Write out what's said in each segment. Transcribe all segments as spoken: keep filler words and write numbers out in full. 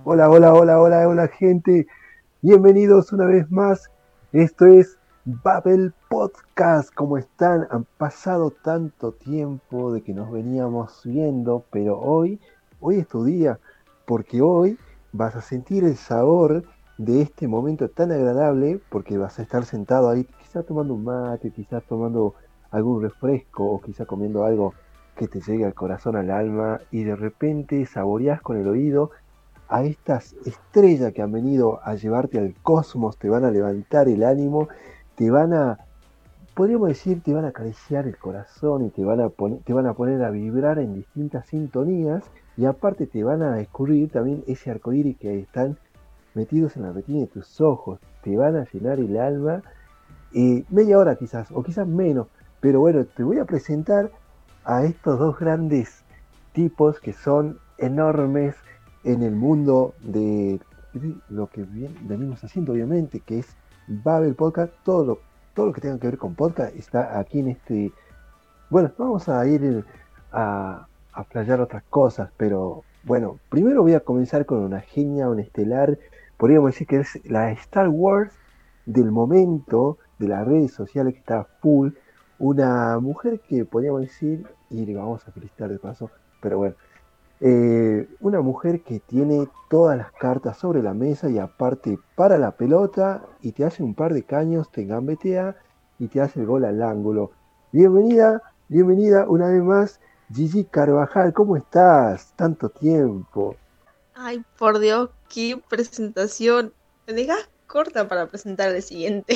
Hola, hola, hola, hola, hola gente. Bienvenidos una vez más. Esto es Babel Podcast. ¿Cómo están? Han pasado tanto tiempo de que nos veníamos viendo, pero hoy, hoy es tu día, porque hoy vas a sentir el sabor de este momento tan agradable, porque vas a estar sentado ahí, quizás tomando un mate, quizás tomando algún refresco o quizás comiendo algo que te llegue al corazón, al alma, y de repente saboreás con el oído a estas estrellas que han venido a llevarte al cosmos, te van a levantar el ánimo, te van a, podríamos decir, te van a acariciar el corazón y te van a poner, te van a poner a vibrar en distintas sintonías y aparte te van a descubrir también ese arcoíris que están metidos en la retina de tus ojos, te van a llenar el alma, eh, media hora quizás, o quizás menos, pero bueno, te voy a presentar a estos dos grandes tipos que son enormes en el mundo de lo que venimos haciendo, obviamente, que es Babel Podcast. Todo lo, todo lo que tenga que ver con podcast está aquí en este. Bueno, vamos a ir a, a playar otras cosas, pero bueno, primero voy a comenzar con una genia, una estelar, podríamos decir que es la Star Wars del momento, de las redes sociales, que está full, una mujer que podríamos decir, y le vamos a felicitar de paso, pero bueno, eh, una mujer que tiene todas las cartas sobre la mesa y aparte para la pelota y te hace un par de caños, te gambetea y te hace el gol al ángulo. Bienvenida, bienvenida una vez más, Gigi Carvajal, ¿cómo estás? Tanto tiempo. Ay, por Dios, qué presentación. Me dejas corta para presentar el siguiente.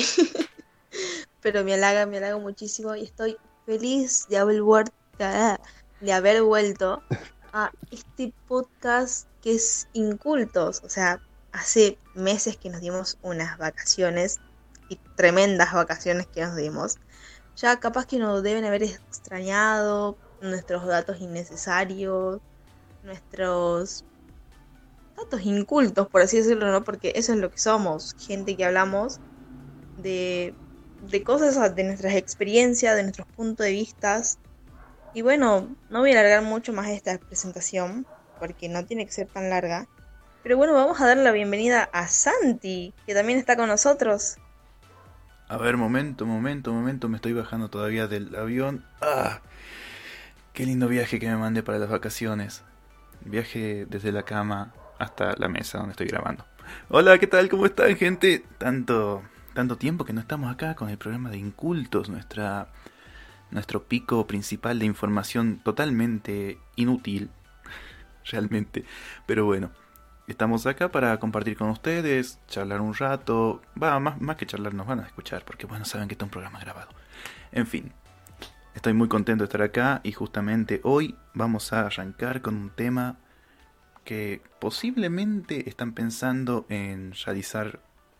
Pero me halaga, me halaga muchísimo y estoy feliz de haber vuelto, de haber vuelto a este podcast que es Incultos. O sea, hace meses que nos dimos unas vacaciones y tremendas vacaciones que nos dimos. Ya capaz que nos deben haber extrañado nuestros datos innecesarios, nuestros datos incultos, por así decirlo, ¿no? Porque eso es lo que somos, gente que hablamos de, de cosas, de nuestras experiencias, de nuestros puntos de vista. Y bueno, no voy a alargar mucho más esta presentación, porque no tiene que ser tan larga. Pero bueno, vamos a darle la bienvenida a Santi, que también está con nosotros. A ver, momento, momento, momento, me estoy bajando todavía del avión. ¡Ah! Qué lindo viaje que me mandé para las vacaciones. Viaje desde la cama hasta la mesa donde estoy grabando. Hola, ¿qué tal? ¿Cómo están, gente? Tanto, tanto tiempo que no estamos acá con el programa de Incultos, nuestra, nuestro pico principal de información totalmente inútil, realmente. Pero bueno, estamos acá para compartir con ustedes, charlar un rato. Va, más, más que charlar nos van a escuchar, porque bueno, saben que está un programa grabado. En fin, estoy muy contento de estar acá y justamente hoy vamos a arrancar con un tema que posiblemente están pensando en realizar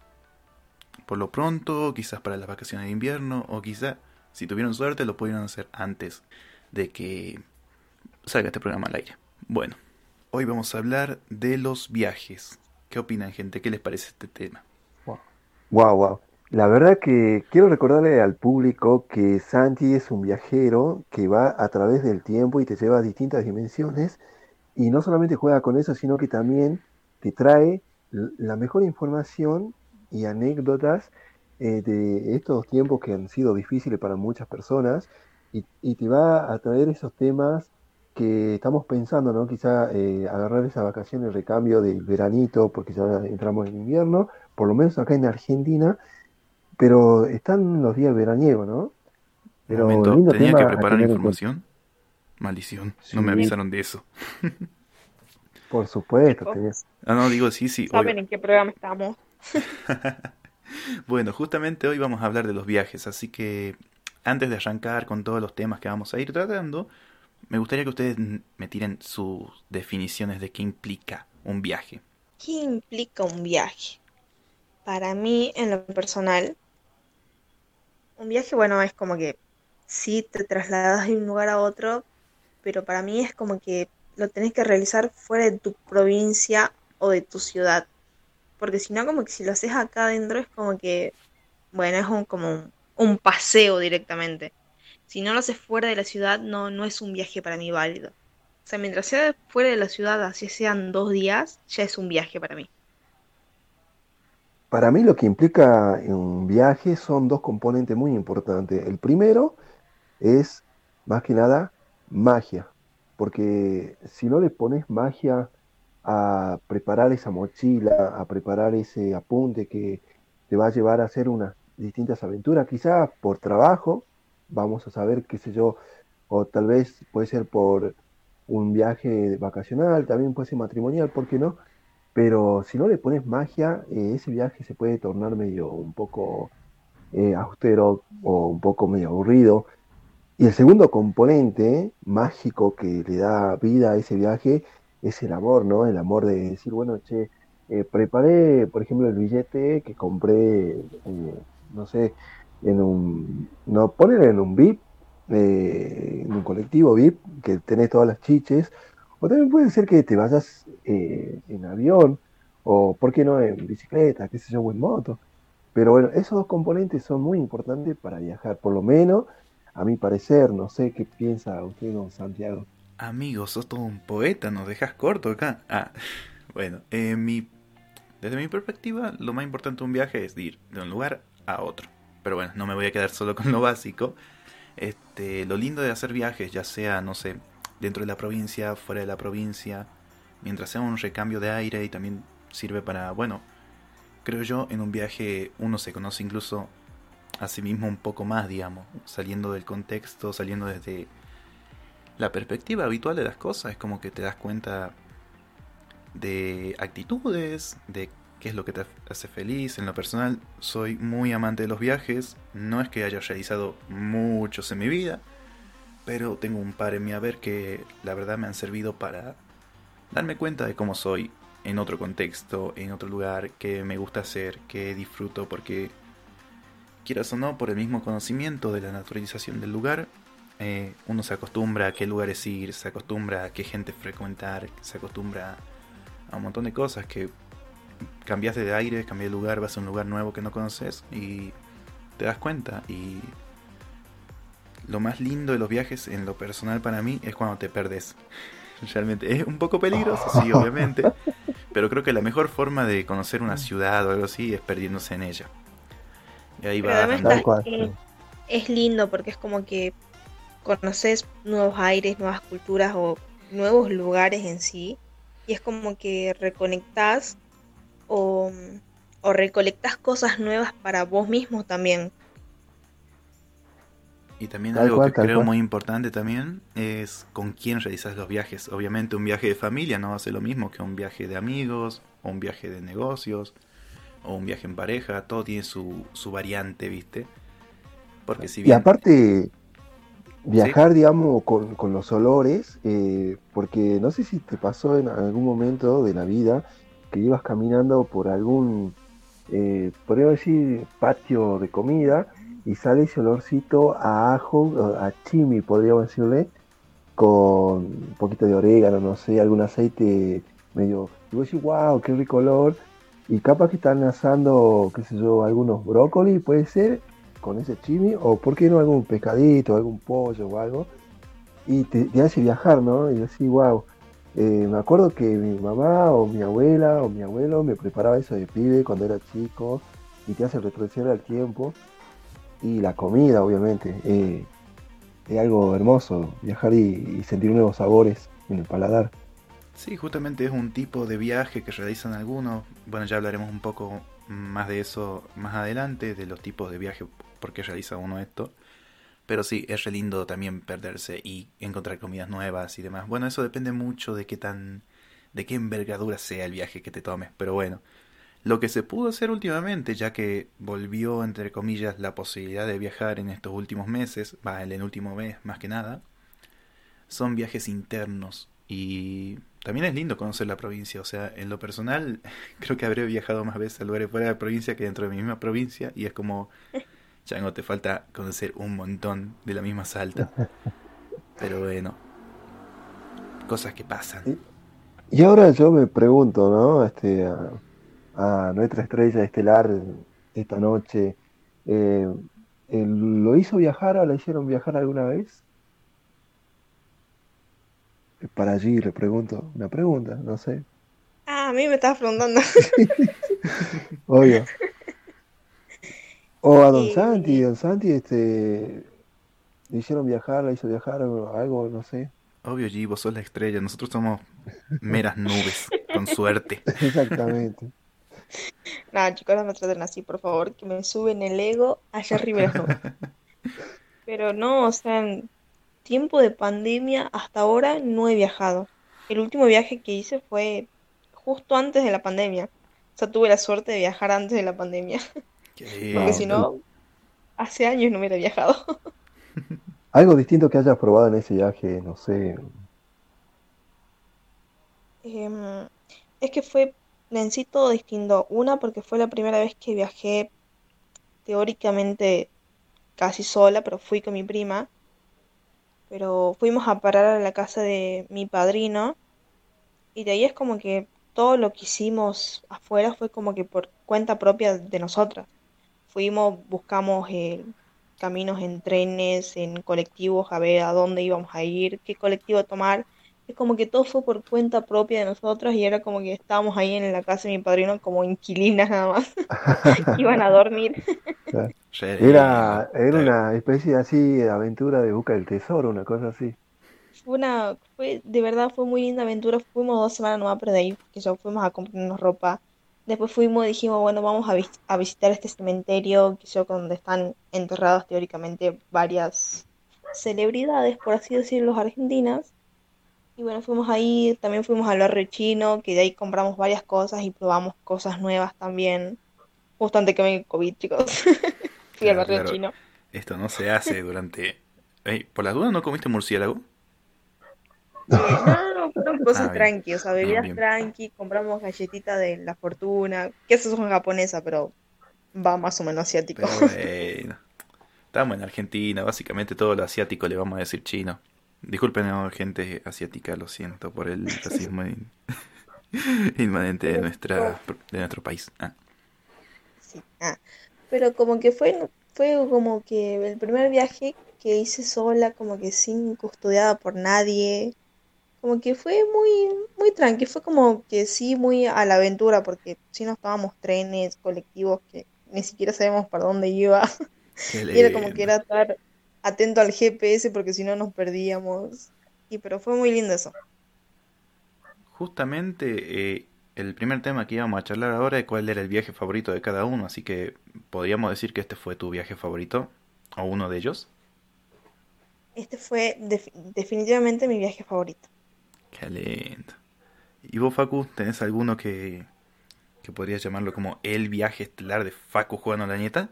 por lo pronto, quizás para las vacaciones de invierno, o quizás, si tuvieron suerte, lo pudieron hacer antes de que salga este programa al aire. Bueno, hoy vamos a hablar de los viajes. ¿Qué opinan, gente? ¿Qué les parece este tema? Wow, wow. La verdad que quiero recordarle al público que Santi es un viajero que va a través del tiempo y te lleva a distintas dimensiones. Y no solamente juega con eso, sino que también te trae l- la mejor información y anécdotas eh, de estos tiempos que han sido difíciles para muchas personas y, y te va a traer esos temas que estamos pensando, ¿no? Quizá eh, agarrar esa vacación, el recambio del veranito, porque ya entramos en invierno, por lo menos acá en Argentina, pero están los días veraniegos, ¿no? Un Pero momento, lindo ¿tenía que tema a preparar tener en cuenta. información? Maldición, no me Sí, avisaron de eso. por supuesto, Chicos, tenés. Ah, no, digo sí, sí, obvio. ¿saben en qué programa estamos? Bueno, justamente hoy vamos a hablar de los viajes, así que antes de arrancar con todos los temas que vamos a ir tratando, me gustaría que ustedes me tiren sus definiciones de qué implica un viaje. ¿Qué implica un viaje? Para mí, en lo personal, un viaje, bueno, es como que sí te trasladas de un lugar a otro, pero para mí es como que lo tenés que realizar fuera de tu provincia o de tu ciudad. Porque si no, como que si lo haces acá adentro es como que, bueno, es un, como un, un paseo directamente. Si no lo haces fuera de la ciudad, no, no es un viaje para mí válido. O sea, mientras sea fuera de la ciudad, así sean dos días, ya es un viaje para mí. Para mí lo que implica un viaje son dos componentes muy importantes. El primero es, más que nada, magia. Porque si no le pones magia a preparar esa mochila, a preparar ese apunte que te va a llevar a hacer unas distintas aventuras, quizás por trabajo, vamos a saber, qué sé yo, o tal vez puede ser por un viaje vacacional, también puede ser matrimonial, ¿por qué no? Pero si no le pones magia, eh, ese viaje se puede tornar medio un poco eh, austero o un poco medio aburrido. Y el segundo componente mágico que le da vida a ese viaje es el amor, ¿no? El amor de decir, bueno, che, eh, preparé, por ejemplo, el billete que compré, eh, no sé, en un, no, poner en un V I P, eh, en un colectivo V I P, que tenés todas las chiches, o también puede ser que te vayas eh, en avión, o, ¿por qué no?, en bicicleta, qué sé yo, o en moto. Pero bueno, esos dos componentes son muy importantes para viajar, por lo menos a mi parecer. No sé qué piensa usted, don Santiago. Amigo, sos todo un poeta, nos dejas corto acá. Ah, bueno, eh, mi, desde mi perspectiva, lo más importante de un viaje es ir de un lugar a otro. Pero bueno, no me voy a quedar solo con lo básico. Este, lo lindo de hacer viajes, ya sea, no sé, dentro de la provincia, fuera de la provincia, mientras sea un recambio de aire y también sirve para, bueno, creo yo, en un viaje uno se conoce incluso a sí mismo un poco más, digamos, saliendo del contexto, saliendo desde la perspectiva habitual de las cosas, es como que te das cuenta de actitudes, de qué es lo que te hace feliz. En lo personal, soy muy amante de los viajes, no es que haya realizado muchos en mi vida, pero tengo un par en mi haber que la verdad me han servido para darme cuenta de cómo soy en otro contexto, en otro lugar, qué me gusta hacer, qué disfruto, porque quieras o no, por el mismo conocimiento de la naturalización del lugar, eh, uno se acostumbra a qué lugares ir, se acostumbra a qué gente frecuentar, se acostumbra a un montón de cosas que cambias de aire, cambias de lugar, vas a un lugar nuevo que no conoces y te das cuenta. Y lo más lindo de los viajes en lo personal para mí es cuando te perdes. Realmente es un poco peligroso, sí, obviamente, pero creo que la mejor forma de conocer una ciudad o algo así es perdiéndose en ella. Y ahí Pero vas además Tal está, dando... cual. eh, es lindo porque es como que conoces nuevos aires, nuevas culturas o nuevos lugares en sí. Y es como que reconectás o, o recolectás cosas nuevas para vos mismo también. Y también Tal algo cual, que tal creo cual. muy importante también es con quién realizas los viajes. Obviamente un viaje de familia no va a ser lo mismo que un viaje de amigos, o un viaje de negocios, o un viaje en pareja. Todo tiene su, su variante, ¿viste? Porque si Y bien... aparte, Sí, viajar, digamos, con, con los olores, eh, porque no sé si te pasó en algún momento de la vida que ibas caminando por algún, eh, podría decir, patio de comida y sale ese olorcito a ajo, a chimi, podríamos decirle, con un poquito de orégano, no sé, algún aceite medio. Y vos decís, wow, qué rico olor. Y capaz que están asando, qué sé yo, algunos brócoli, puede ser, con ese chimi, o por qué no algún pescadito, algún pollo o algo. Y te, te hace viajar, ¿no? Y así, wow. Me acuerdo que mi mamá o mi abuela o mi abuelo me preparaba eso de pibe cuando era chico y te hace retroceder al tiempo. Y la comida, obviamente. eh, es algo hermoso, viajar y, y sentir nuevos sabores en el paladar. sí, justamente es un tipo de viaje que realizan algunos. Bueno, ya hablaremos un poco más de eso más adelante, de los tipos de viaje, por qué realiza uno esto. Pero sí, es re lindo también perderse y encontrar comidas nuevas y demás. Bueno, eso depende mucho de qué tan, de qué envergadura sea el viaje que te tomes. Pero bueno, lo que se pudo hacer últimamente, ya que volvió entre comillas la posibilidad de viajar en estos últimos meses, va, en el último mes más que nada, son viajes internos. Y también es lindo conocer la provincia. O sea, en lo personal, creo que habré viajado más veces a lugares fuera de la provincia que dentro de mi misma provincia. Y es como, Chango, te falta conocer un montón de la misma Salta. Pero bueno, cosas que pasan. Y, y ahora yo me pregunto, ¿no? Este, a, a nuestra estrella estelar esta noche, eh, eh, ¿lo hizo viajar o la hicieron viajar alguna vez? para allí? Le pregunto. Una pregunta, no sé. Ah, a mí me estabas preguntando. Obvio. O a Don Santi, Eh, Don Santi, este, le hicieron viajar, la hizo viajar o algo, no sé. Obvio, G, vos sos la estrella. Nosotros somos meras nubes, con suerte. Exactamente. Nada, chicos, no me traten así, por favor, que me suben el ego allá arriba de las nubes. Pero no, o sea, en tiempo de pandemia hasta ahora no he viajado. El último viaje que hice fue justo antes de la pandemia. O sea, tuve la suerte de viajar antes de la pandemia, Qué porque si No, lindo. y no, hace años no hubiera viajado. algo distinto que hayas probado en ese viaje, no sé. Em, es que fue en sí todo distinto. Una, porque fue la primera vez que viajé teóricamente casi sola, pero fui con mi prima. Pero fuimos a parar a la casa de mi padrino y de ahí es como que todo lo que hicimos afuera fue como que por cuenta propia de nosotras. Fuimos, buscamos eh, caminos en trenes, en colectivos, a ver a dónde íbamos a ir, qué colectivo tomar. Es como que todo fue por cuenta propia de nosotras y era como que estábamos ahí en la casa de mi padrino como inquilinas nada más, que iban a dormir. Re lindo. Era, era Te- una especie así de aventura de busca del tesoro, una cosa así. Fue una, fue, de verdad fue muy linda aventura. Fuimos dos semanas nomás, pero de ahí que ya fuimos a comprarnos ropa. Después fuimos y dijimos, bueno, vamos a, vis- a visitar este cementerio, que yo donde están enterradas teóricamente varias celebridades, por así decirlo, argentinas. Y bueno, fuimos ahí, también fuimos al barrio chino, que de ahí compramos varias cosas y probamos cosas nuevas también. Justo antes que venga el COVID, chicos. Fui al Claro, barrio claro. chino. Esto no se hace durante... Ey, ¿por las dudas no comiste murciélago? Eh, no, no, no, fueron Ah, cosas bien. tranqui, o sea, Bien, bebidas bien. tranqui, compramos galletitas de la fortuna, que eso son japonesa, pero va más o menos asiático. Pero bueno. Estamos en Argentina, básicamente todo lo asiático le vamos a decir chino. Disculpen, no, gente asiática, lo siento por el racismo in- inmanente de Pero nuestra como, de nuestro país. Ah, sí, ah, pero como que fue, fue como que el primer viaje que hice sola, como que sin custodiada por nadie, como que fue muy, muy tranqui, fue como que sí, muy a la aventura, porque sí nos tomábamos trenes, colectivos que ni siquiera sabemos para dónde iba. qué Y era como que lindo. era estar atento al G P S porque si no nos perdíamos. Y pero fue muy lindo eso. Justamente eh, el primer tema que íbamos a charlar ahora es cuál era el viaje favorito de cada uno, así que podríamos decir que este fue tu viaje favorito o uno de ellos. Este fue def- definitivamente mi viaje favorito. Qué lindo. ¿Y vos, Facu, tenés alguno que, que podrías llamarlo como el viaje estelar de Facu jugando a la nieta?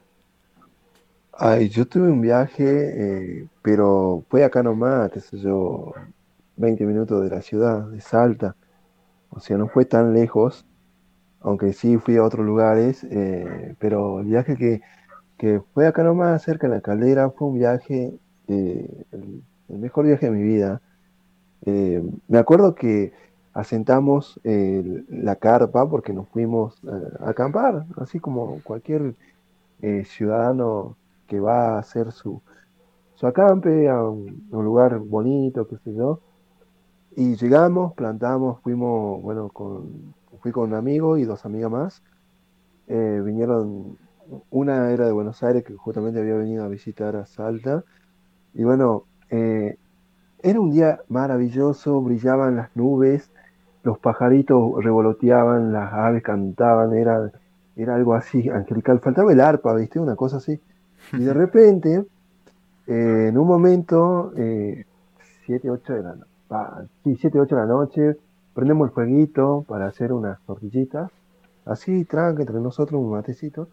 Ay, yo tuve un viaje, eh, pero fue acá nomás, qué sé yo, veinte minutos de la ciudad, de Salta. O sea, no fue tan lejos, aunque sí fui a otros lugares, eh, pero el viaje que, que fue acá nomás, cerca de la Caldera, fue un viaje, eh, el, el mejor viaje de mi vida. Eh, me acuerdo que asentamos eh, la carpa porque nos fuimos eh, a acampar, así como cualquier eh, ciudadano que va a hacer su, su acampe a un, a un lugar bonito, qué sé yo. Y llegamos, plantamos, fuimos, bueno, con, fui con un amigo y dos amigas más. Eh, vinieron, una era de Buenos Aires que justamente había venido a visitar a Salta. Y bueno, eh, era un día maravilloso, brillaban las nubes, los pajaritos revoloteaban, las aves cantaban, era, era algo así angelical. Faltaba el arpa, ¿viste? Una cosa así. Y de repente, eh, en un momento, eh, siete, ocho de la noche, sí, siete, ocho de la noche, prendemos el fueguito para hacer unas tortillitas, así, tranca, entre nosotros, un matecito.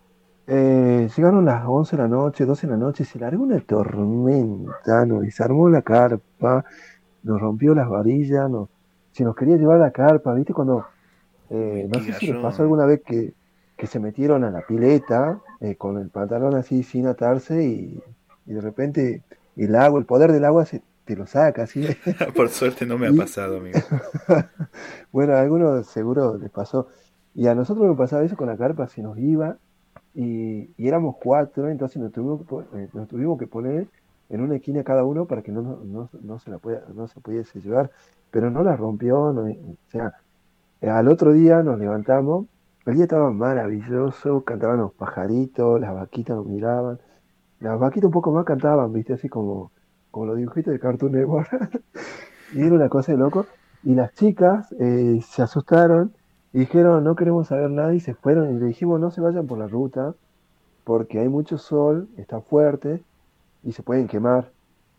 Eh, llegaron las once de la noche, doce de la noche, se largó una tormenta, nos desarmó la carpa, nos rompió las varillas, nos, se nos quería llevar la carpa, ¿viste? Cuando, Uy, eh, no qué sé si les pasó garrón. alguna vez que, que se metieron a la pileta eh, con el pantalón así sin atarse y, y de repente el agua, el poder del agua se te lo saca así. Por suerte no me ha Y pasado, amigo. bueno, a algunos seguro les pasó. Y a nosotros nos pasaba eso con la carpa, se nos iba y, y éramos cuatro, entonces nos tuvimos que, po- eh, nos tuvimos que poner. en una esquina cada uno para que no, no, no, no se la pueda, no se pudiese llevar, pero no la rompió, no, o sea, al otro día nos levantamos, el día estaba maravilloso, cantaban los pajaritos, las vaquitas nos miraban, las vaquitas un poco más cantaban, viste, así como, como los dibujitos de Cartoon Network, y era una cosa de loco, y las chicas eh, se asustaron y dijeron, no queremos saber nada, y se fueron, y le dijimos, no se vayan por la ruta, porque hay mucho sol, está fuerte, y se pueden quemar.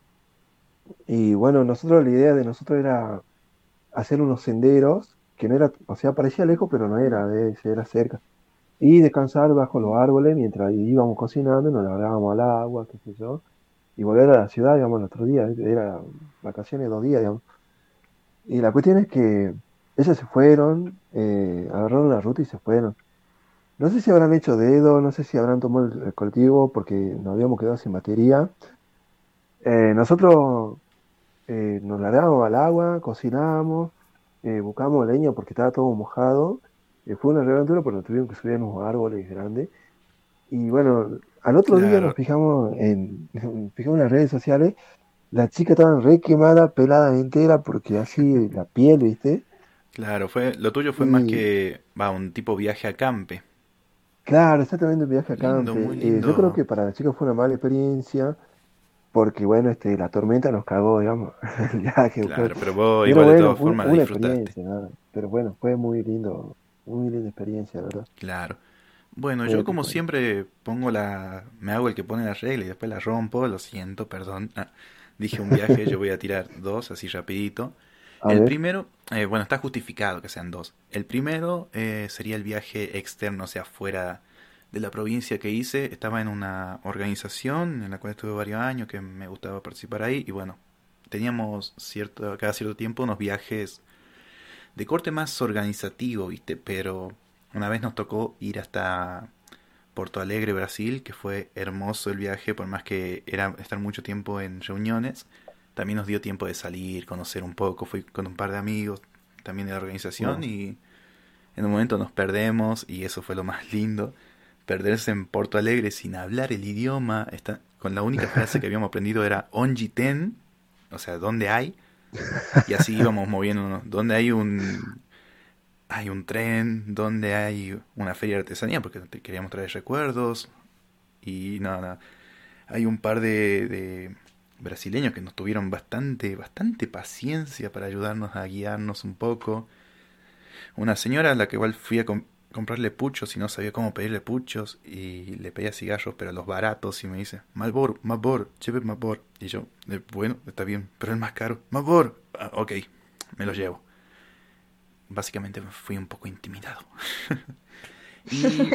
Y bueno, nosotros la idea de nosotros era hacer unos senderos, que no era, o sea, parecía lejos, pero no era, de, era cerca. Y descansar bajo los árboles mientras íbamos cocinando, nos largábamos al agua, qué sé yo, y volver a la ciudad, digamos, el otro día, era vacaciones dos días, digamos. Y la cuestión es que ellas se fueron, eh, agarraron la ruta y se fueron. No sé si habrán hecho dedo, no sé si habrán tomado el, el colectivo porque nos habíamos quedado sin batería. Eh, nosotros eh, nos largamos al agua, cocinamos, eh, buscamos leña porque estaba todo mojado. Eh, fue una re aventura porque nos tuvimos que subir en unos árboles grandes. Y bueno, al otro día nos Claro, fijamos en, fijamos en las redes sociales. Las chicas estaban re quemadas, peladas entera porque así la piel, ¿viste? claro, fue, lo tuyo fue más Y que, va, un tipo viaje a campe. claro, exactamente un viaje a Lindo, campe. muy Eh, yo creo lindo. que para las chicas fue una mala experiencia porque, bueno, este, la tormenta nos cagó, digamos, el viaje. Fue- Claro, pero vos pero igual de bueno, todas fue formas la una disfrutaste. experiencia, nada. Pero bueno, fue muy lindo, muy linda experiencia, ¿verdad? Claro. Bueno, Fue yo como épico. siempre pongo la... Me hago el que pone la regla y después la rompo, lo siento, perdón. Ah, dije un viaje, yo voy a tirar dos, así rapidito. A El ver, primero, eh, bueno, está justificado que sean dos. El primero eh, sería el viaje externo, o sea, fuera de la provincia que hice. Estaba en una organización en la cual estuve varios años, que me gustaba participar ahí. Y bueno, teníamos cierto, cada cierto tiempo unos viajes de corte más organizativo, ¿viste? Pero una vez nos tocó ir hasta Porto Alegre, Brasil, que fue hermoso el viaje, por más que era estar mucho tiempo en reuniones. También nos dio tiempo de salir, conocer un poco. Fui con un par de amigos también de la organización wow. y en un momento nos perdemos y eso fue lo más lindo. Perderse en Porto Alegre sin hablar el idioma, está, con la única frase que habíamos aprendido era Onji Ten, o sea, ¿dónde hay? Y así íbamos moviéndonos. ¿Dónde hay un hay un tren? ¿Dónde hay una feria de artesanía? Porque queríamos traer recuerdos. Y nada, nada. Hay un par de, de brasileños que nos tuvieron bastante, bastante paciencia para ayudarnos a guiarnos un poco. Una señora a la que igual fui a com- comprarle puchos y no sabía cómo pedirle puchos y le pedía cigarros, pero los baratos y me dice, Malbor, Malbor, lleve Malbor. Y yo, eh, bueno, está bien, pero el más caro, Malbor. Ah, ok, me lo llevo. Básicamente fui un poco intimidado. y,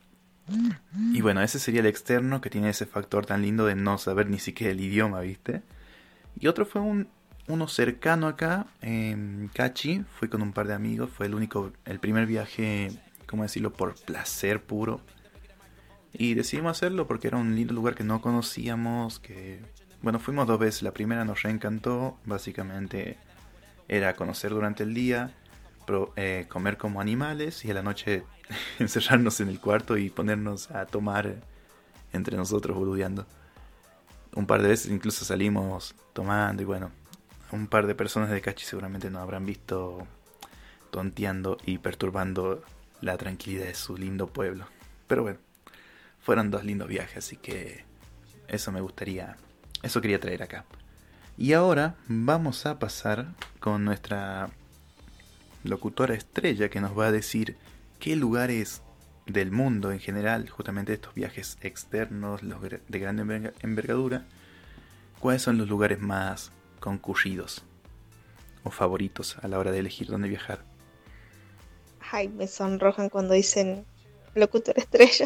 y bueno, ese sería el externo que tiene ese factor tan lindo de no saber ni siquiera el idioma, ¿viste? Y otro fue un, uno cercano acá, en Cachi. Fui con un par de amigos. Fue el único, el primer viaje, ¿cómo decirlo? Por placer puro. Y decidimos hacerlo porque era un lindo lugar que no conocíamos. Que, bueno, fuimos dos veces. La primera nos reencantó. Básicamente era conocer durante el día, pro- eh, comer como animales y a la noche encerrarnos en el cuarto y ponernos a tomar entre nosotros boludeando. Un par de veces incluso salimos tomando y bueno, un par de personas de Cachi seguramente nos habrán visto tonteando y perturbando la tranquilidad de su lindo pueblo. Pero bueno, fueron dos lindos viajes, así que eso me gustaría, eso quería traer acá. Y ahora vamos a pasar con nuestra locutora estrella que nos va a decir qué lugares del mundo en general, justamente estos viajes externos, los de gran envergadura, cuáles son los lugares más concurridos o favoritos a la hora de elegir dónde viajar. Ay, me sonrojan cuando dicen locutor estrella.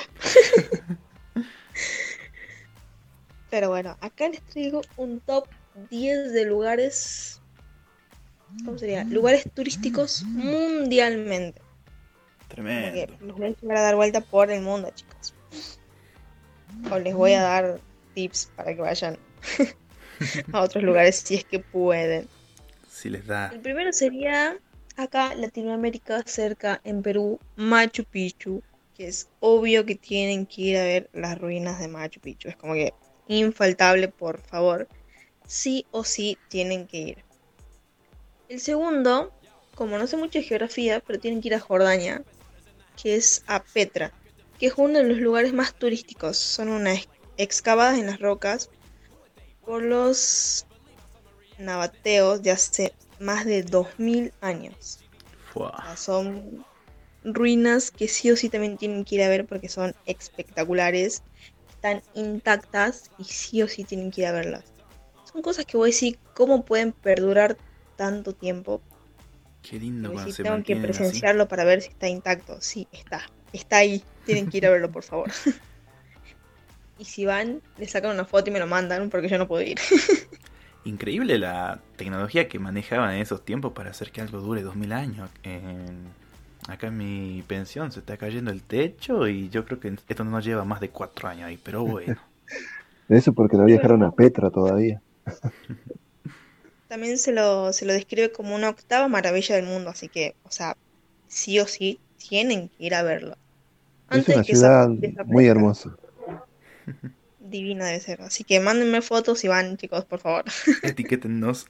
Pero bueno, acá les traigo un top diez de lugares, ¿cómo sería? Lugares turísticos mundialmente. Como que Tremendo. los voy a llevar a dar vuelta por el mundo, chicos. O les voy a dar tips para que vayan a otros lugares si es que pueden. Si les da... El primero sería acá, Latinoamérica, cerca en Perú, Machu Picchu, que es obvio que tienen que ir a ver las ruinas de Machu Picchu. Es como que infaltable, por favor. Sí o sí tienen que ir. El segundo, como no sé mucho de geografía, pero tienen que ir a Jordania, que es a Petra, que es uno de los lugares más turísticos. Son unas excavadas en las rocas por los nabateos de hace más de dos mil años. Fua. O sea, son ruinas que sí o sí también tienen que ir a ver porque son espectaculares, están intactas y sí o sí tienen que ir a verlas. Son cosas que voy a decir, ¿cómo pueden perdurar tanto tiempo? Qué lindo Voy a cuando decir, se tengo que mantienen así. presenciarlo para ver si está intacto. Sí, está, está ahí, tienen que ir a verlo, por favor. Y si van, le sacan una foto y me lo mandan porque yo no puedo ir. Increíble la tecnología que manejaban en esos tiempos para hacer que algo dure dos mil años. En- Acá en mi pensión se está cayendo el techo y yo creo que esto no nos lleva más de cuatro años ahí, pero bueno. Eso porque no Y bueno, viajaron a Petra todavía. también se lo, se lo describe como una octava maravilla del mundo, así que, o sea, sí o sí tienen que ir a verlo. Es Antes una de que esa- ciudad muy desaparezca. hermosa. Divina debe ser. Así que mándenme fotos y van, chicos, por favor. Etiquétennos.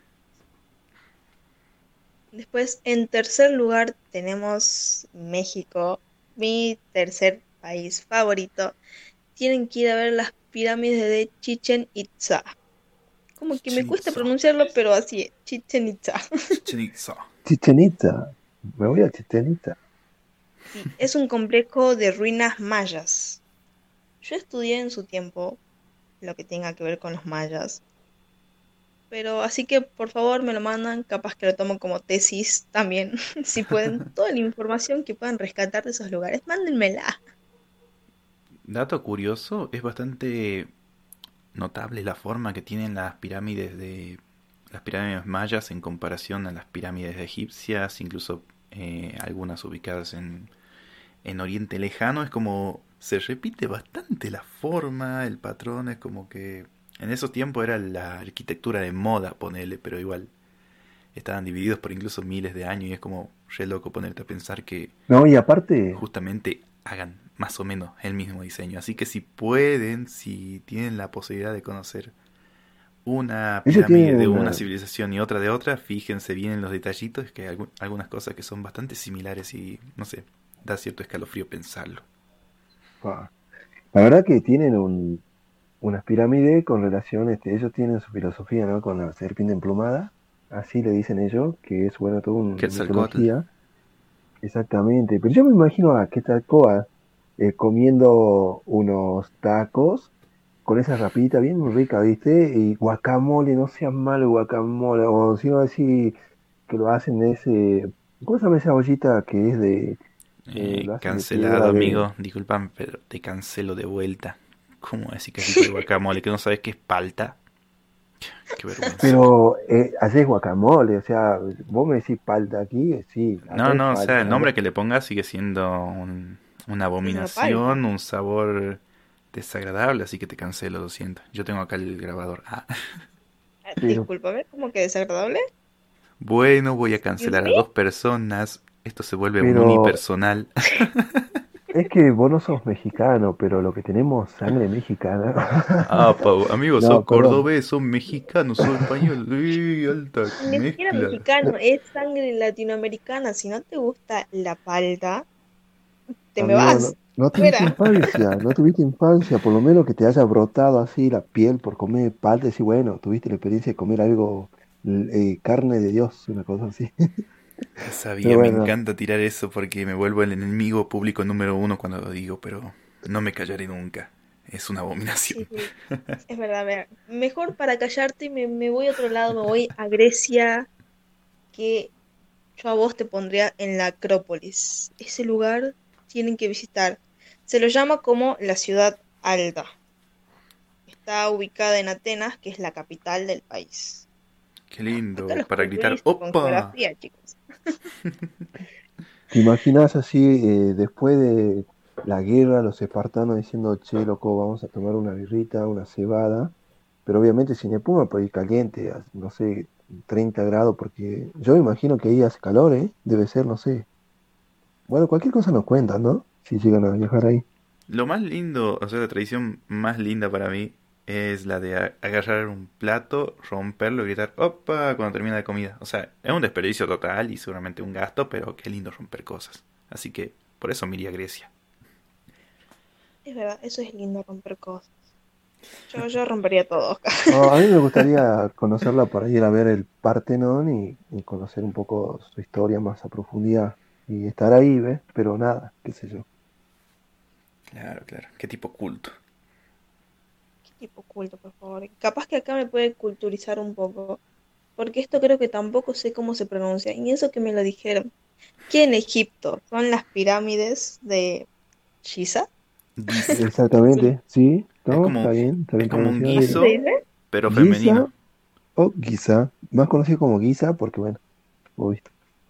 Después, en tercer lugar, tenemos México, mi tercer país favorito. Tienen que ir a ver las pirámides de Chichen Itza. Como que me Chichen cuesta Itza. pronunciarlo, pero así es, Chichen Itza. Chichen Itza. Chichen Itza. Me voy a Chichen Itza. Sí, es un complejo de ruinas mayas. Yo estudié en su tiempo lo que tenga que ver con los mayas. Pero así que por favor me lo mandan, capaz que lo tomo como tesis también. Si pueden, toda la información que puedan rescatar de esos lugares, mándenmela. Dato curioso, es bastante notable la forma que tienen las pirámides de las pirámides mayas en comparación a las pirámides egipcias, incluso eh, algunas ubicadas en, en Oriente Lejano. Es como se repite bastante la forma, el patrón, es como que en esos tiempos era la arquitectura de moda, ponele, pero igual estaban divididos por incluso miles de años y es como re loco ponerte a pensar que No, y aparte, justamente hagan más o menos el mismo diseño. Así que si pueden, si tienen la posibilidad de conocer una ellos pirámide tienen de una una... civilización y otra de otra, fíjense bien en los detallitos, que hay algu- algunas cosas que son bastante similares y, no sé, da cierto escalofrío pensarlo. ah, La verdad que tienen un, unas pirámides con relación, este, ellos tienen su filosofía, ¿no? Con la serpiente emplumada, así le dicen ellos, que es, bueno, toda una Quetzalcóatl. mitología. Exactamente, pero yo me imagino a Quetzalcóatl eh, comiendo unos tacos con esa rapidita bien rica, ¿viste? Y guacamole, no seas malo guacamole, o si no así que lo hacen de ese, ¿cómo se llama esa ollita que es de, eh, Eh, lo hacen de cancelado, piedra de, amigo. Disculpame, pero te cancelo de vuelta. ¿Cómo decir que es rico el guacamole? ¿Que no sabes qué es palta? Qué vergüenza. pero eh, haces guacamole, o sea, vos me decís palta aquí, eh, sí, acá No, es no, o sea, el palta. nombre que le pongas sigue siendo un- una Sigue siendo palta. abominación, un sabor desagradable, así que te cancelo, lo siento. Yo tengo acá el grabador. Ah. Ah, Pero, discúlpame, ¿cómo que desagradable? Bueno, voy a Excuse cancelar a me. dos personas. Esto se vuelve un pero unipersonal. es que vos no sos mexicano, pero lo que tenemos sangre Ah, mexicana. Pau, amigo, sos No, perdón. cordobés, sos mexicano, sos español. ¡Uy, alta Ni siquiera mezcla! mexicano, es sangre latinoamericana. Si no te gusta la palta, te me Amigo, vas. no, no tuviste Fuera. infancia, no tuviste infancia, por lo menos que te haya brotado así la piel por comer palta, y bueno, tuviste la experiencia de comer algo, eh, carne de Dios, una cosa así. Ya Pero sabía, me bueno, encanta tirar eso porque me vuelvo el enemigo público número uno cuando lo digo, pero no me callaré nunca. Es una Sí, abominación. sí, es verdad. Mira, mejor para callarte me, me voy a otro lado, me voy a Grecia, que yo a vos te pondría en la Acrópolis. Ese lugar tienen que visitar. Se lo llama como la ciudad alta. Está ubicada en Atenas, que es la capital del país. Qué Acá lindo, los para gritar culturistas con ¡Opa! geografía, chicos. ¿te imaginas así, eh, después de la guerra, los espartanos diciendo, che, loco, vamos a tomar una birrita, una cebada, pero obviamente sin espuma, pues ir caliente, a, no sé, treinta grados, porque yo me imagino que ahí hace calor, ¿eh? Debe ser, no sé. Bueno, cualquier cosa nos cuentan, ¿no? Si llegan a viajar ahí. Lo más lindo, o sea, la tradición más linda para mí es la de a- agarrar un plato, romperlo y gritar ¡opa! Cuando termina la comida. O sea, es un desperdicio total y seguramente un gasto, pero qué lindo romper cosas. Así que por eso me iría a Grecia. Es verdad, eso es lindo romper cosas. Yo, yo rompería todo acá. Oh, a mí me gustaría conocerla para ir a ver el Partenón y, y conocer un poco su historia más a profundidad y estar ahí, ¿ves? Pero nada, qué sé yo. Claro, claro. Qué tipo culto. Qué tipo culto, por favor. Capaz que acá me puede culturizar un poco. Porque esto creo que tampoco sé cómo se pronuncia. Y eso que me lo dijeron. ¿Qué en Egipto? ¿Son las pirámides de Giza? Giza. Sí. Exactamente, sí, Es no, está como, bien, está es bien como un pronunciado. ¿Así Eh, se guiso, dice? pero Giza femenino. o Giza, más conocido como Giza porque bueno, uy,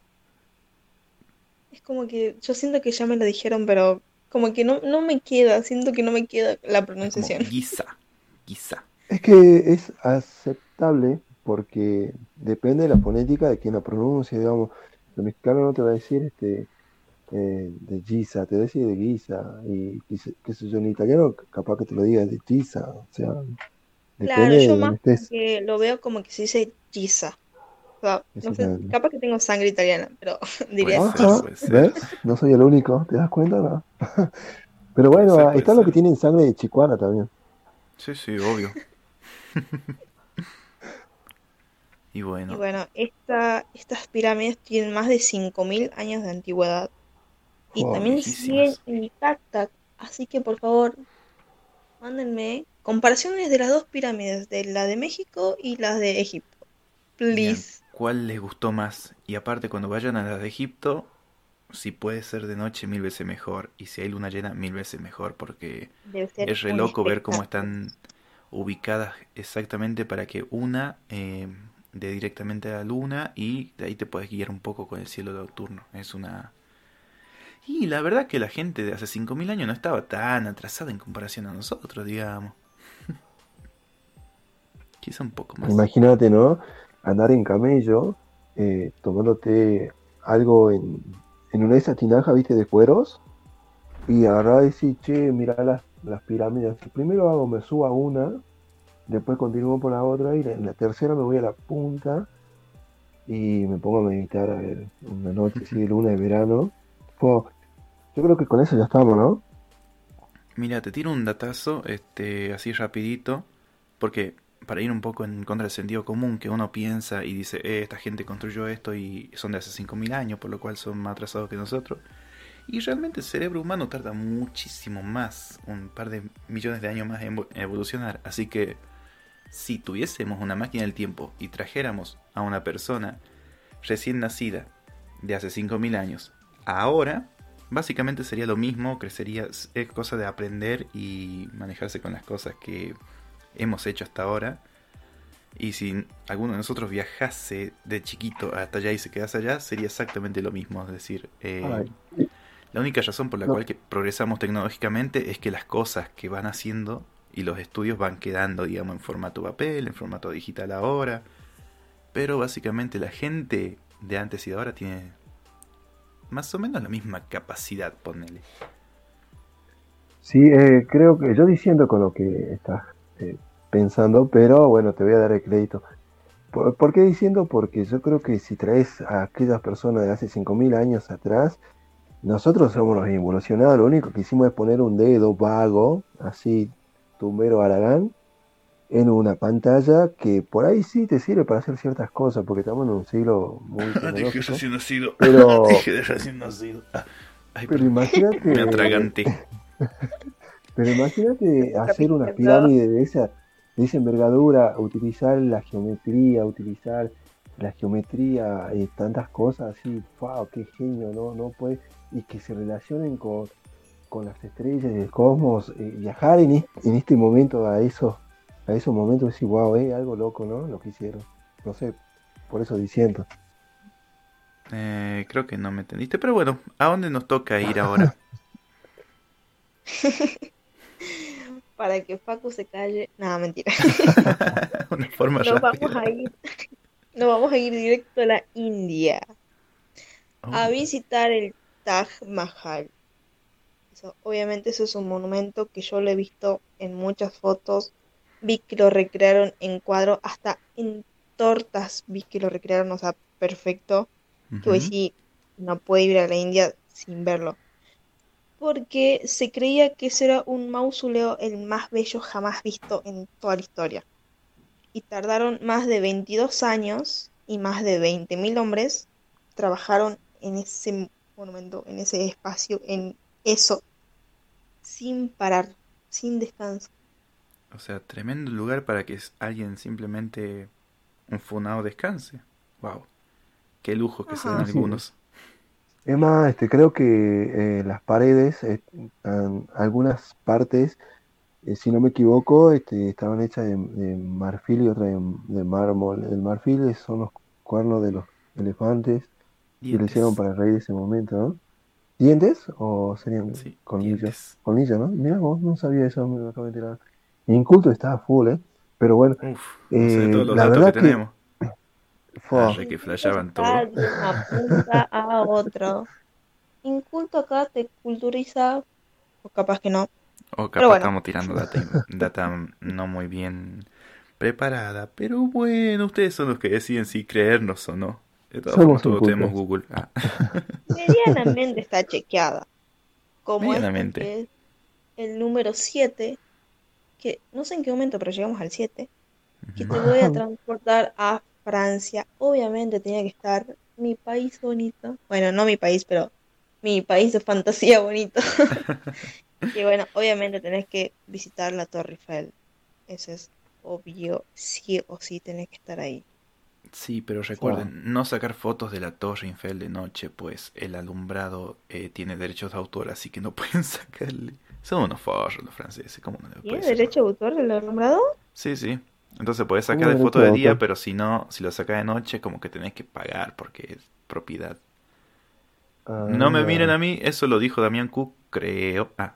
Es como que yo siento que ya me lo dijeron, pero como que no, no me queda. Siento que no me queda la Es como pronunciación. Giza. Giza. es que es aceptable porque depende de la fonética de quien la pronuncia, digamos. El mexicano no te va a decir este eh, de Giza, te va a decir de Giza, y qué sé qué sé yo, en italiano capaz que te lo diga de Giza, o sea, depende Claro, de yo más donde estés. que lo veo como que se dice Giza. O sea, no sé, Exactamente. capaz que tengo sangre italiana, pero Puede diría ser, Ajá, Giza. puede ser. ¿ves? No soy el único, ¿te das cuenta? No. Pero Puede bueno, ser, ah, puede están los que ser. tienen sangre de chicuana también. Sí, sí, obvio. Y Y bueno. bueno, esta, estas pirámides tienen más de cinco mil años de antigüedad y Fua. también siguen Viejísimas. intactas. Así que por favor, mándenme comparaciones de las dos pirámides, de la de México y las de Egipto. Digan Please. cuál les gustó más. Y aparte, cuando vayan a las de Egipto, si puede ser de noche, mil veces mejor. Y si hay luna llena, mil veces mejor. Porque Debe ser es re un loco ver cómo espectáculo. están ubicadas exactamente para que una eh, dé directamente a la luna y de ahí te puedes guiar un poco con el cielo nocturno. Es una... Y la verdad que la gente de hace cinco mil años no estaba tan atrasada en comparación a nosotros, digamos. Quizá un poco más. Imagínate, ¿no? Andar en camello, eh, tomándote algo en, en una de esas tinajas, ¿viste? De cueros, y agarrar y decir, che, mirá las, las pirámides. Primero hago, me subo a una, después continúo por la otra, y en la tercera me voy a la punta y me pongo a meditar a ver una noche así de luna de verano. Fue- yo creo que con eso ya estamos, ¿no? Mira, te tiro un datazo, este, así rapidito, porque para ir un poco en contra del sentido común que uno piensa y dice, eh, esta gente construyó esto y son de hace cinco mil años, por lo cual son más atrasados que nosotros. Y realmente el cerebro humano tarda muchísimo más, un par de millones de años más en evolucionar. Así que si tuviésemos una máquina del tiempo y trajéramos a una persona recién nacida de hace cinco mil años, ahora básicamente sería lo mismo, crecería, es cosa de aprender y manejarse con las cosas que hemos hecho hasta ahora. Y si alguno de nosotros viajase de chiquito hasta allá y se quedase allá, sería exactamente lo mismo. Es decir, eh, Ay, la única razón por la no, cual que progresamos tecnológicamente es que las cosas que van haciendo y los estudios van quedando, digamos, en formato papel, en formato digital ahora. Pero básicamente la gente de antes y de ahora tiene más o menos la misma capacidad, ponele. sí, eh, creo que yo diciendo con lo que estás eh, pensando, pero bueno, te voy a dar el crédito. ¿Por, por qué diciendo? Porque yo creo que si traes a aquellas personas de hace cinco mil años atrás, nosotros somos los involucionados, lo único que hicimos es poner un dedo vago, así, tumbero Aragán, en una pantalla que por ahí sí te sirve para hacer ciertas cosas, porque estamos en un siglo muy Dije tecnológico, recién nacido. pero, Dije de recién nacido. Ah, ay, pero perdón. Me imagínate, atraganté. pero imagínate hacer una Capitalizado. pirámide de esa, de esa envergadura, utilizar la geometría, utilizar la geometría, eh, tantas cosas así, wow, qué genio, no, no puede, y que se relacionen con, con las estrellas del cosmos, eh, viajar en, es- en este momento a esos, a esos momentos, decir, wow, eh, algo loco, ¿no? Lo que hicieron. No sé, por eso diciendo. Eh, creo que no me entendiste, pero bueno, ¿a dónde nos toca ir ahora? Para que Facu se calle. Nada, mentira. Una forma Nos vamos rápida. a ir, nos vamos a ir directo a la India a Oh, visitar el Taj Mahal. Eso, obviamente eso es un monumento que yo lo he visto en muchas fotos, vi que lo recrearon en cuadro, hasta en tortas vi que lo recrearon, o sea, perfecto. Que hoy Ujú. sí no puede ir a la India sin verlo. Porque se creía que ese era un mausoleo el más bello jamás visto en toda la historia. Y tardaron más de veintidós años y más de veinte mil hombres trabajaron en ese monumento, en ese espacio, en eso, sin parar, sin descanso. O sea, tremendo lugar para que s- alguien simplemente un funado descanse. Wow, qué lujo que se dan Ajá. Sí, sí. algunos. Es más, este, creo que eh, las paredes, eh, an- algunas partes, eh, si no me equivoco, este, estaban hechas de, de marfil y otras de, de mármol. El marfil es- son los cuernos de los elefantes y lo hicieron Dientes. para el rey de ese momento, ¿no? ¿Dientes o serían Sí, colmillos? dientes. Colmillos, ¿no? Mira, vos no sabía eso, me lo acabo de enterar. Inculto estaba full, ¿eh? Pero bueno, Uf, no sé eh, todos los la datos que verdad que tenemos. fue, Arre que Inculto flasheaban está todo. de una punta a otro. Inculto acá te culturiza, o capaz que no. O Pero capaz bueno, estamos tirando data, in- data no muy bien preparada. Pero bueno, ustedes son los que deciden si creernos o no. De todas formas, somos todos tenemos incultos. Google. Ah, medianamente está chequeada. Como este medianamente. que es el número siete, que no sé en qué momento, pero llegamos al siete, que Ujú. te voy a transportar a Francia. Obviamente tenía que estar mi país bonito. Bueno, no mi país, pero mi país de fantasía bonito. Y bueno, obviamente tenés que visitar la Torre Eiffel. Eso es obvio, sí o sí tenés que estar ahí. Sí, pero Fue. recuerden, no sacar fotos de la Torre Eiffel de noche, pues el alumbrado eh, tiene derechos de autor, así que no pueden sacarle. Son unos forros los franceses, ¿cómo no le puede ¿Tiene sacar? derecho de autor el nombrado? Sí, sí. Entonces podés sacar ¿Cómo de derecho foto de de día, autor? pero si no, si lo sacas de noche, como que tenés que pagar porque es propiedad. No me miren Ah, a mí, eso lo dijo Damián Cook, creo. Ah,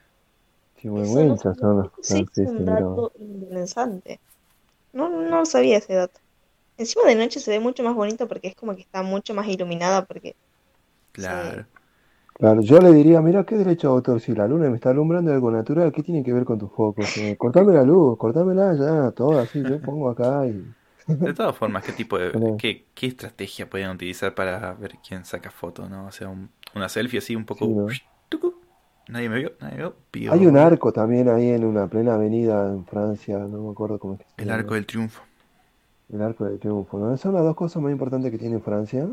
Eso no chihuahuenchas sabía. son los Ese es franceses, un pero dato interesante. No, no sabía ese dato. Encima de noche se ve mucho más bonito porque es como que está mucho más iluminada porque se... claro. claro, yo le diría, mira, ¿qué derecho de autor? Si la luna me está alumbrando algo natural, ¿qué tiene que ver con tus focos? Eh, cortame la luz, cortámela ya, todo así, yo pongo acá y... De todas formas, ¿qué tipo de... Bueno, qué, qué estrategia pueden utilizar para ver quién saca foto, ¿no? O sea, un- una selfie así un sí, poco... ¿no? tucu. Nadie me vio, nadie me vio. Hay un Piola. arco también ahí en una plena avenida en Francia, no me acuerdo cómo es que se El arco llama. del triunfo. El Arco de Triunfo, ¿no? Esas son las dos cosas más importantes que tiene Francia.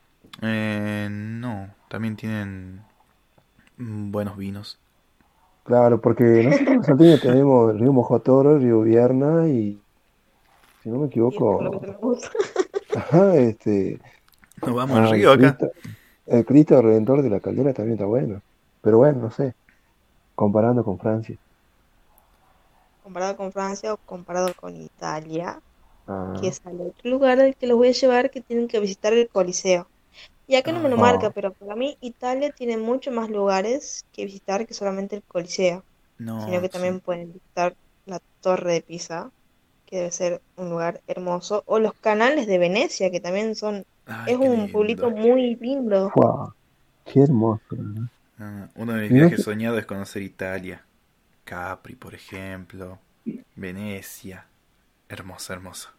Eh, no, también tienen mm, buenos vinos. Claro, porque nosotros los salteños tenemos el río Mojotoro, el río Vierna y, si no me Y es todo lo que equivoco, tenemos. ajá, este, Nos vamos al ah, el río acá. Cristo, el Cristo Redentor de la Caldera también está bueno. Pero bueno, no sé, comparando con Francia. Comparado con Francia o comparado con Italia, que Ah, es al otro lugar al que los voy a llevar, que tienen que visitar el Coliseo. Y acá no me lo Ay, marca, ah, pero para mí Italia tiene mucho más lugares que visitar que solamente el Coliseo, sino no, que sí. también pueden visitar la Torre de Pisa, que debe ser un lugar hermoso, o los canales de Venecia, que también son, Ay, es qué un pueblito lindo. muy lindo. fua, qué hermoso, ¿verdad? Ah, uno de mis Y no viajes sé, soñados es conocer Italia. Capri, por ejemplo. Venecia. Hermoso, hermoso.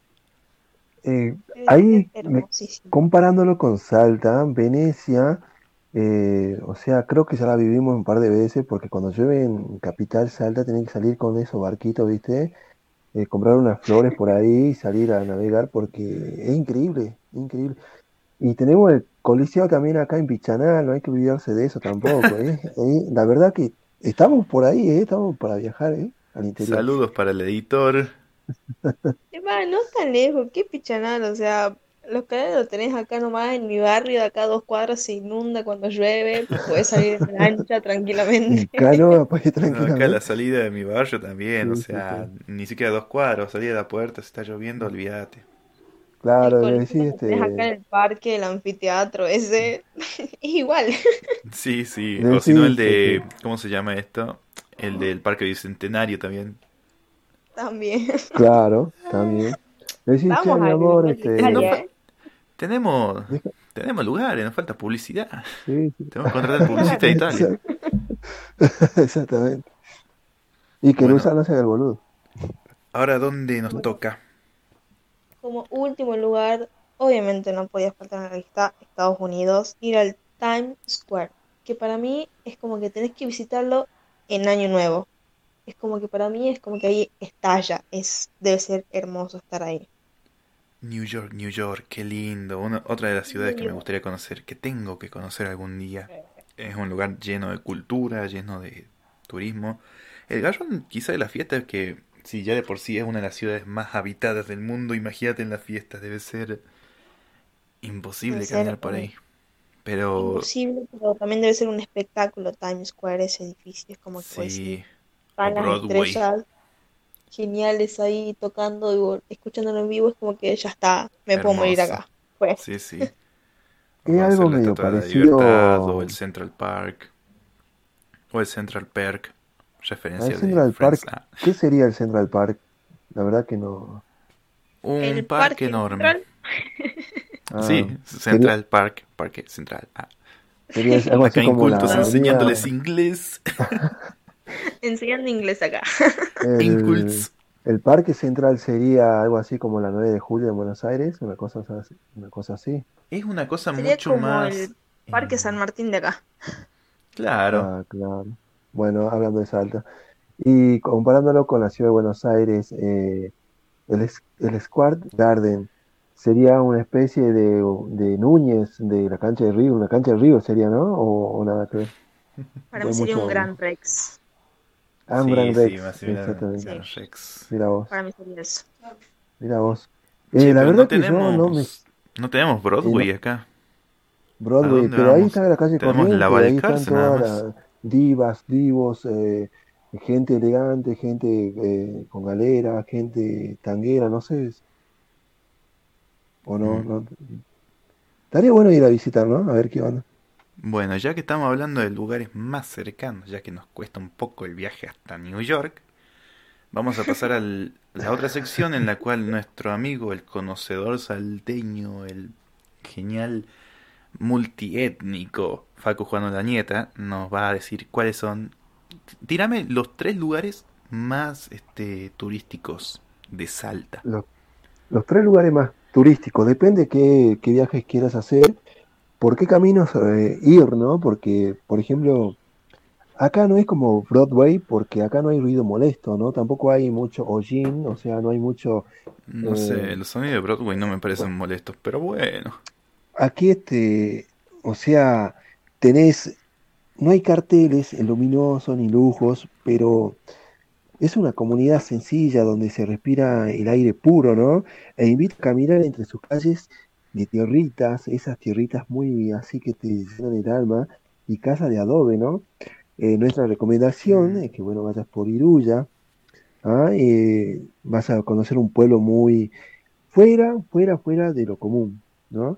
eh, Debe ser ahí, me- hermosísimo. comparándolo con Salta, Venecia, eh, o sea, creo que ya la vivimos un par de veces, porque cuando llueve en Capital Salta, tienen que salir con esos barquitos, ¿viste? Eh, comprar unas flores por ahí y salir a navegar, porque es increíble, increíble. Y tenemos el Coliseo también acá en Pichanal, no hay que olvidarse de eso tampoco, ¿eh? Eh, la verdad que estamos por ahí, ¿eh? Estamos para viajar, ¿eh? Al interior. Saludos para el editor. Epa, no tan lejos, qué pichanal, o sea, los canales los tenés acá nomás en mi barrio, de acá a dos cuadras se inunda cuando llueve, podés salir en lancha tranquilamente. En canoa, pues No, acá la tranquilamente. salida de mi barrio también. O Sí, sí, sea, sí. ni siquiera dos cuadros. Salida de la puerta, se está lloviendo, olvídate. El Claro, le coliseo decís, lo tenés acá este, en el parque, el anfiteatro, ese, es igual, Sí, sí. le O si no, el decís, de... este, ¿Cómo se llama esto? El del Parque Bicentenario también. también. claro, también. Le decís, che, Vamos mi al amor, nivel de No Italia, este, fa- ¿eh? Tenemos... deja- Tenemos lugares, nos falta publicidad. sí, sí. Tenemos que contratar publicista de Italia. Exact- Exactamente. Y que el Bueno, usa no se haga el boludo. Ahora, ¿dónde nos Bueno, toca? como último lugar, obviamente no podía faltar en la lista Estados Unidos, ir al Times Square, que para mí es como que tenés que visitarlo en Año Nuevo. Es como que para mí es como que ahí estalla, es, debe ser hermoso estar ahí. New York, New York, qué lindo. Una, otra de las ciudades New que me York. gustaría conocer, que tengo que conocer algún día. Es un lugar lleno de cultura, lleno de turismo. El garrón quizá de las fiestas que, si ya de por sí es una de las ciudades más habitadas del mundo, imagínate en las fiestas, debe ser Debe imposible ser caminar por eh, ahí. Pero imposible, pero también debe ser un espectáculo Times Square, ese edificio. Es como que vos decís, sí, o van las Broadway, estrellas geniales ahí tocando y vos escuchándolo en vivo, es como que ya está, me puedo morir hermoso. acá. Fue. Sí, sí. O Es conocer algo la medio Estatua de la Libertad, o parecido el Central Park, o el Central Perk, al referencia de Central Friends. Park. Ah, ¿Qué sería el Central Park? La verdad que no. un El parque Parque enorme. Central, Ah, Sí, sería, Central Park, Parque Central. Ah. sería algo así Acá como incultos la traducción avenida. enseñándoles inglés. enseñando inglés acá. El, Incults. el Parque Central sería algo así como la nueve de julio en Buenos Aires, una cosa así. Una cosa así. Es una cosa Sería mucho como más... el Parque eh, San Martín de acá. claro. Ah, claro. Bueno, hablando de Salta. Y comparándolo con la ciudad de Buenos Aires, eh, el, es- el Square Garden sería una especie de, de Núñez de la cancha de Río, una cancha de Río sería, ¿no? O, o nada que ver. Para O mí es sería un mucho. Gran Rex. Ah, un Gran Sí, sí, Rex, más similar exactamente. a Sí, Rex. Mira vos, para mí sería eso. mira vos. Che, Eh, la pero no verdad que yo no me. tenemos... No tenemos eh, Broadway no- acá. ¿A Broadway, dónde pero ahí vamos? está la calle Tenemos la Corriente, ahí están Balcarce nada todas más. las divas, divos, eh, gente elegante, gente eh, con galera, gente tanguera, no sé, o no, Mm. no. Estaría bueno ir a visitar, ¿no? A ver qué onda. Bueno, ya que estamos hablando de lugares más cercanos, ya que nos cuesta un poco el viaje hasta New York, vamos a pasar a la otra sección en la cual nuestro amigo, el conocedor salteño, el genial multiétnico Facu Juan la Nieta, nos va a decir cuáles son. Tírame los tres lugares más este, turísticos de Salta. Los, los tres lugares más turísticos, depende qué, qué viajes quieras hacer, por qué caminos eh, ir, ¿no? Porque, por ejemplo, acá no es como Broadway, porque acá no hay ruido molesto, ¿no? Tampoco hay mucho hollín, o sea, no hay mucho. No eh, sé, los sonidos de Broadway no me parecen molestos, pero bueno. Aquí, este, o sea, tenés, no hay carteles luminosos ni lujos, pero es una comunidad sencilla donde se respira el aire puro, ¿no? E invita a caminar entre sus calles de tierritas, esas tierritas muy así que te llenan el alma, y casa de adobe, ¿no? Eh, nuestra recomendación Mm, es que, bueno, vayas por Iruya, ¿ah? Eh, vas a conocer un pueblo muy fuera, fuera, fuera de lo común, ¿no?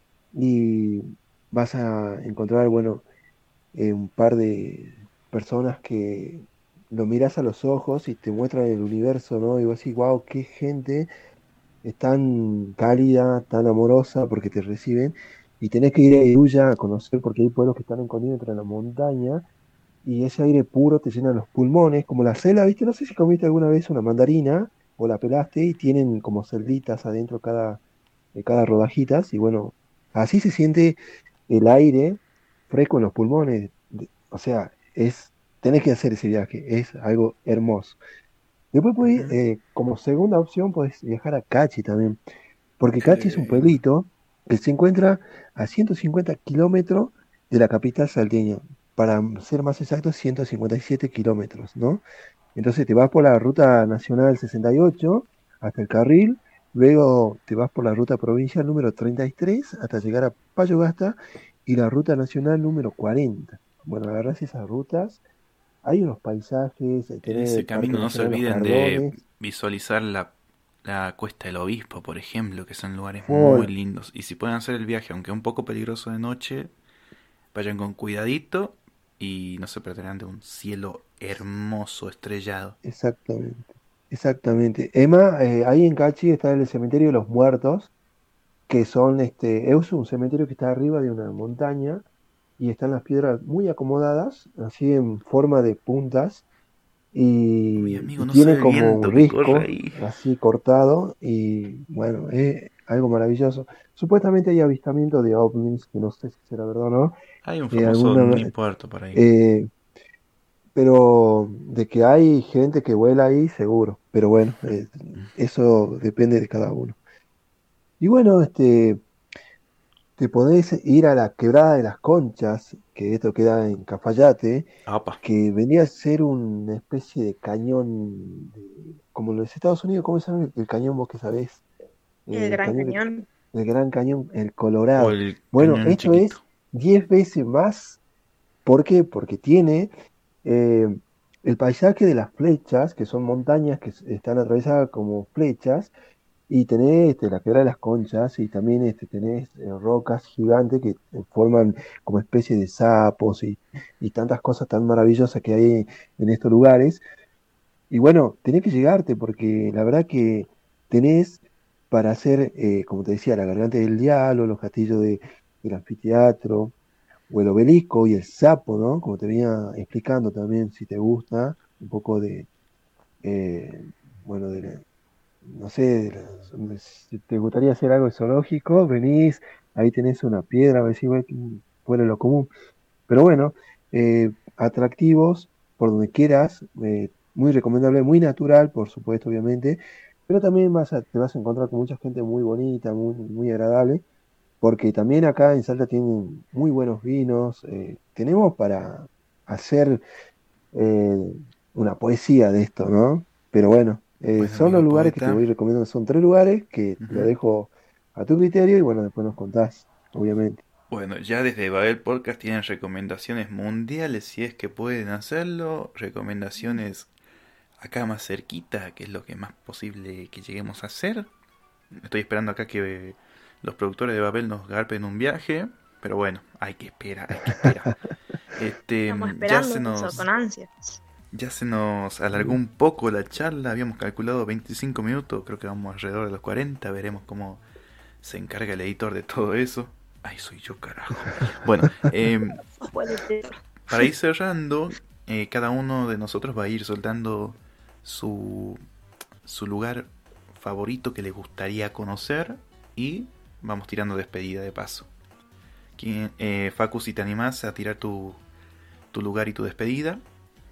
Y vas a encontrar, bueno, eh, un par de personas que lo miras a los ojos y te muestran el universo, ¿no? Y vos decís, wow, qué gente es tan cálida, tan amorosa, porque te reciben. Y tenés que ir a Iruya a conocer, porque hay pueblos que están escondidos entre la montaña, y ese aire puro te llena los pulmones, como la cela, ¿viste? No sé si comiste alguna vez una mandarina o la pelaste y tienen como celditas adentro cada, de cada rodajitas, y bueno, así se siente el aire fresco en los pulmones. de- O sea, es, tenés que hacer ese viaje, es algo hermoso. Después podés, ujú. eh, como segunda opción, podés viajar a Cachi también, porque Qué Cachi es un lindo. pueblito que se encuentra a ciento cincuenta kilómetros de la capital salteña, para ser más exactos, ciento cincuenta y siete kilómetros, ¿no? Entonces te vas por la ruta nacional sesenta y ocho hasta el Carril, luego te vas por la ruta provincial número treinta y tres hasta llegar a Payogasta y la ruta nacional número cuarenta. Bueno, agarrás esas rutas, hay unos paisajes, eh, En tenés ese el Parque camino no se Nacional Los olviden de Cardones, visualizar la, la Cuesta del Obispo, por ejemplo, que son lugares muy Ford, lindos. Y si pueden hacer el viaje, aunque un poco peligroso de noche, vayan con cuidadito y no se perderán de un cielo hermoso, estrellado. exactamente, exactamente. Emma, eh, ahí en Cachi está el cementerio de los muertos, que son, este, es un cementerio que está arriba de una montaña y están las piedras muy acomodadas, así en forma de puntas, Mi y, amigo, y no tiene sabe el como un viento que corre risco ahí. así cortado y bueno, es algo maravilloso. Supuestamente hay avistamiento de ovnis, que no sé si será verdad o no, Hay un eh, famoso alguna, omnipuerto por ahí. eh, pero de que hay gente que vuela ahí, seguro. Pero bueno, eh, eso depende de cada uno. Y bueno, este, te podés ir a la Quebrada de las Conchas, que esto queda en Cafayate, Apa. que venía a ser una especie de cañón, de- como en los Estados Unidos, ¿cómo se llama el cañón vos que sabés? El El Gran cañón, que- Cañón. el Gran Cañón, el O Colorado. el Bueno, cañón esto chiquito. es diez veces más. ¿Por qué? Porque tiene eh, el paisaje de las flechas, que son montañas que s- están atravesadas como flechas, y tenés este, la Quebrada de las Conchas, y también este, tenés eh, rocas gigantes que eh, forman como especie de sapos y, y tantas cosas tan maravillosas que hay en estos lugares. Y bueno, tenés que llegarte porque la verdad que tenés para hacer, eh, como te decía, la Garganta del Diablo, los castillos de, del anfiteatro, o el obelisco y el sapo, ¿no? Como te venía explicando también, si te gusta, un poco de, eh, bueno, de la- no sé, de la- si te gustaría hacer algo zoológico, venís, ahí tenés una piedra, a ver si ves que fuera lo común. Pero bueno, eh, atractivos por donde quieras, eh, muy recomendable, muy natural, por supuesto, obviamente, pero también vas a- te vas a encontrar con mucha gente muy bonita, muy, muy agradable, porque también acá en Salta tienen muy buenos vinos, eh, tenemos para hacer eh, una poesía de esto, ¿no? Pero bueno, eh, Bueno, son los amigo lugares que te poeta. voy recomendando, son tres lugares que lo Ujú. dejo a tu criterio y bueno, después nos contás, obviamente. Bueno, ya desde Babel Podcast tienen recomendaciones mundiales si es que pueden hacerlo. Recomendaciones acá más cerquita, que es lo que más posible que lleguemos a hacer. Estoy esperando acá que los productores de Babel nos garpen un viaje. Pero bueno, hay que esperar, hay que esperar. Este, Estamos ya se esperando eso nos, con ansias. ya se nos alargó un poco la charla. Habíamos calculado veinticinco minutos, creo que vamos alrededor de los cuarenta. Veremos cómo se encarga el editor de todo eso. Ay, soy yo, carajo. Bueno, eh, Vos podés ser. para ir cerrando, eh, cada uno de nosotros va a ir soltando su, su lugar favorito que le gustaría conocer y vamos tirando despedida de paso. ¿Quién- eh, Facu, si te animás a tirar tu, tu lugar y tu despedida.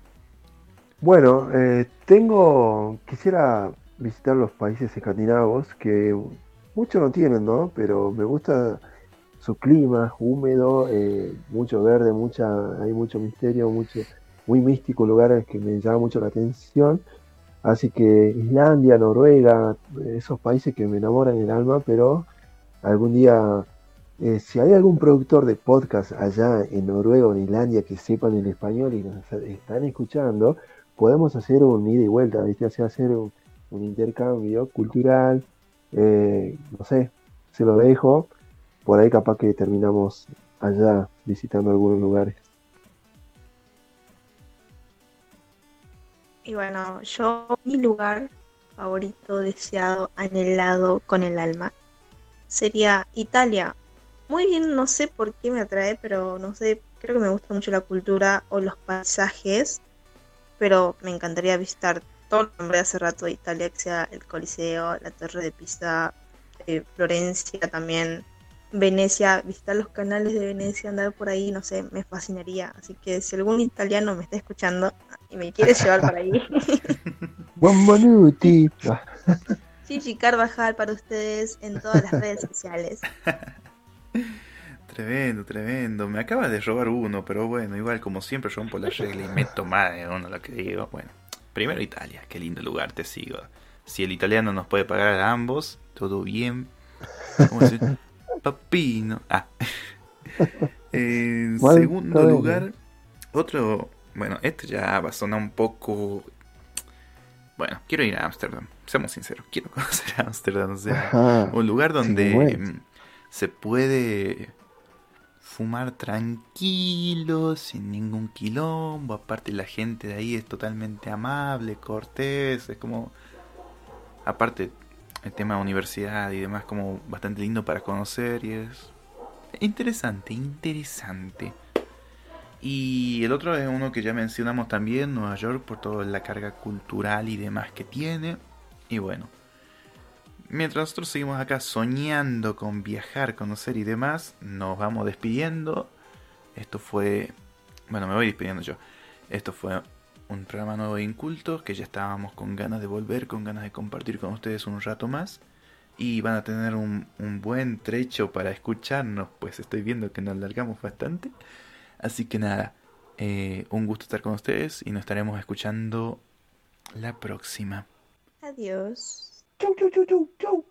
Bueno, eh, tengo, quisiera visitar los países escandinavos que muchos no tienen, ¿no? Pero me gusta su clima húmedo, eh, mucho verde, mucha, hay mucho misterio, mucho, muy místico, lugares que me llaman mucho la atención. Así que Islandia, Noruega, esos países que me enamoran el alma, pero algún día, eh, si hay algún productor de podcast allá en Noruega o en Islandia que sepan el español y nos están escuchando, podemos hacer un ida y vuelta, ¿viste? O sea, hacer un, un intercambio cultural, eh, no sé, se lo dejo, por ahí capaz que terminamos allá visitando algunos lugares. Y bueno, yo, mi lugar favorito, deseado, anhelado con el alma, sería Italia. Muy bien, no sé por qué me atrae, pero no sé, creo que me gusta mucho la cultura o los paisajes, pero me encantaría visitar todo lo que nombré hace rato de Italia, que sea el Coliseo, la Torre de Pisa, eh, Florencia también, Venecia, visitar los canales de Venecia, andar por ahí, no sé, me fascinaría. Así que si algún italiano me está escuchando y me quiere llevar para ahí, Buonanotte. Gigi Carvajal para ustedes en todas las redes sociales. Tremendo, tremendo. Me acabas de robar uno, pero bueno, igual como siempre rompo la regla y meto más de uno lo que digo. Bueno, primero Italia, qué lindo lugar, te sigo. Si el italiano nos puede pagar a ambos, todo bien. ¿Cómo decir? Papino. Ah. En segundo Molto bene. lugar, otro... Bueno, este ya va a sonar un poco... Bueno, quiero ir a Ámsterdam. Seamos sinceros, quiero conocer Ámsterdam. O sea, Ajá, un lugar sí, me donde muero. mm, se puede fumar tranquilo, sin ningún quilombo. Aparte la gente de ahí es totalmente amable, cortés, es como... Aparte el tema de universidad y demás como bastante lindo para conocer y es interesante, interesante. Y el otro es uno que ya mencionamos también, Nueva York, por toda la carga cultural y demás que tiene. Y bueno, mientras nosotros seguimos acá soñando con viajar, conocer y demás, nos vamos despidiendo. Esto fue... Bueno, me voy despidiendo yo. Esto fue un programa nuevo de Incultos, que ya estábamos con ganas de volver, con ganas de compartir con ustedes un rato más. Y van a tener un, un buen trecho para escucharnos, pues estoy viendo que nos alargamos bastante. Así que nada, eh, un gusto estar con ustedes y nos estaremos escuchando la próxima. Adiós. Chau, chau, chau, chau, chau.